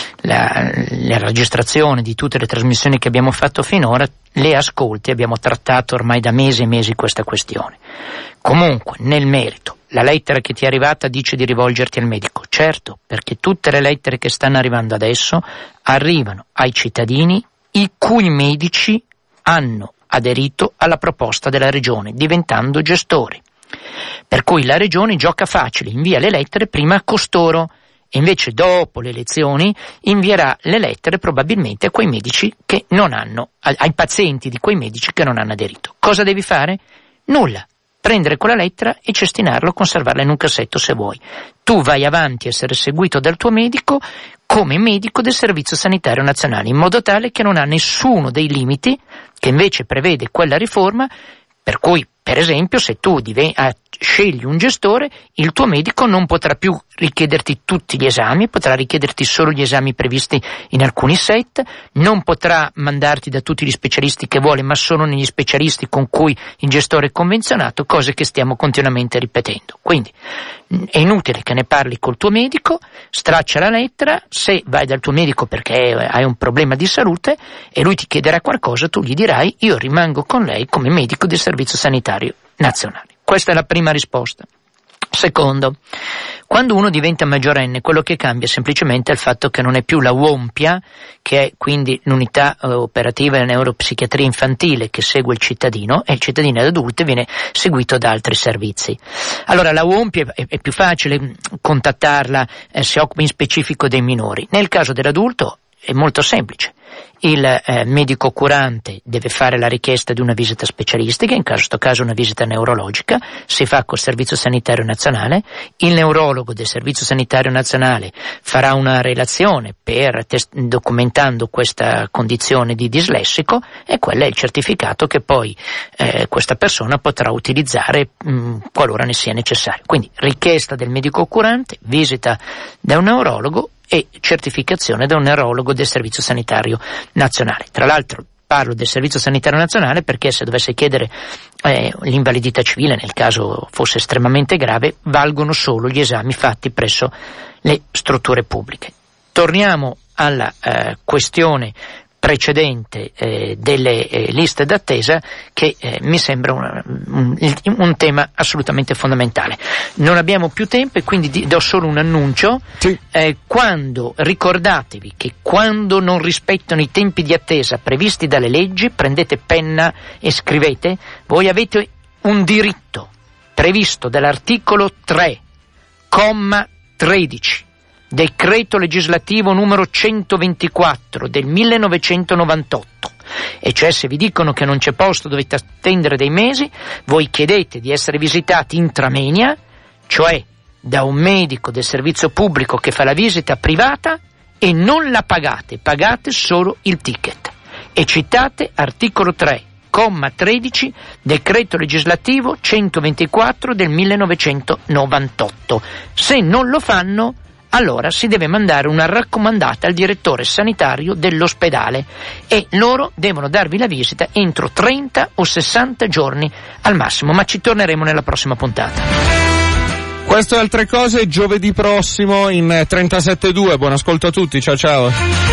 la registrazione di tutte le trasmissioni che abbiamo fatto finora, le ascolti, abbiamo trattato ormai da mesi e mesi questa questione. Comunque, nel merito, la lettera che ti è arrivata dice di rivolgerti al medico, certo, perché tutte le lettere che stanno arrivando adesso arrivano ai cittadini i cui medici hanno aderito alla proposta della Regione, diventando gestori. Per cui la Regione gioca facile, invia le lettere prima a costoro e invece dopo le elezioni invierà le lettere probabilmente a quei medici che non hanno, ai pazienti di quei medici che non hanno aderito. Cosa devi fare? Nulla. Prendere quella lettera e cestinarla o conservarla in un cassetto se vuoi. Tu vai avanti a essere seguito dal tuo medico come medico del Servizio Sanitario Nazionale, in modo tale che non ha nessuno dei limiti che invece prevede quella riforma, per cui, per esempio, se tu scegli un gestore, il tuo medico non potrà più richiederti tutti gli esami, potrà richiederti solo gli esami previsti in alcuni set, non potrà mandarti da tutti gli specialisti che vuole, ma solo negli specialisti con cui il gestore è convenzionato, cose che stiamo continuamente ripetendo. Quindi è inutile che ne parli col tuo medico, straccia la lettera, se vai dal tuo medico perché hai un problema di salute e lui ti chiederà qualcosa, tu gli dirai: io rimango con lei come medico del Servizio Sanitario Nazionale. Questa è la prima risposta. Secondo, quando uno diventa maggiorenne, quello che cambia semplicemente è il fatto che non è più la UOMPIA, che è quindi l'unità operativa della neuropsichiatria infantile che segue il cittadino, e il cittadino adulto viene seguito da altri servizi. Allora la UOMPIA è più facile contattarla, si occupa in specifico dei minori. Nel caso dell'adulto è molto semplice. Il medico curante deve fare la richiesta di una visita specialistica, in questo caso una visita neurologica, si fa col Servizio Sanitario Nazionale, il neurologo del Servizio Sanitario Nazionale farà una relazione documentando questa condizione di dislessico, e quello è il certificato che poi questa persona potrà utilizzare qualora ne sia necessario. Quindi richiesta del medico curante, visita da un neurologo e certificazione da un neurologo del Servizio Sanitario Nazionale. Tra l'altro parlo del Servizio Sanitario Nazionale perché se dovesse chiedere l'invalidità civile, nel caso fosse estremamente grave, valgono solo gli esami fatti presso le strutture pubbliche. Torniamo alla questione precedente delle liste d'attesa, che mi sembra un tema assolutamente fondamentale. Non abbiamo più tempo e quindi do solo un annuncio. Sì. Ricordatevi che quando non rispettano i tempi di attesa previsti dalle leggi, prendete penna e scrivete. Voi avete un diritto previsto dall'articolo 3, comma 13 Decreto legislativo numero 124 del 1998, e cioè se vi dicono che non c'è posto dovete attendere dei mesi, voi chiedete di essere visitati intramenia, cioè da un medico del servizio pubblico che fa la visita privata, e non la pagate solo il ticket, e citate articolo 3, comma 13, decreto legislativo 124 del 1998. Se non lo fanno, allora si deve mandare una raccomandata al direttore sanitario dell'ospedale e loro devono darvi la visita entro 30 o 60 giorni al massimo, ma ci torneremo nella prossima puntata. Questo e altre cose giovedì prossimo in 37.2. Buon ascolto a tutti, ciao ciao.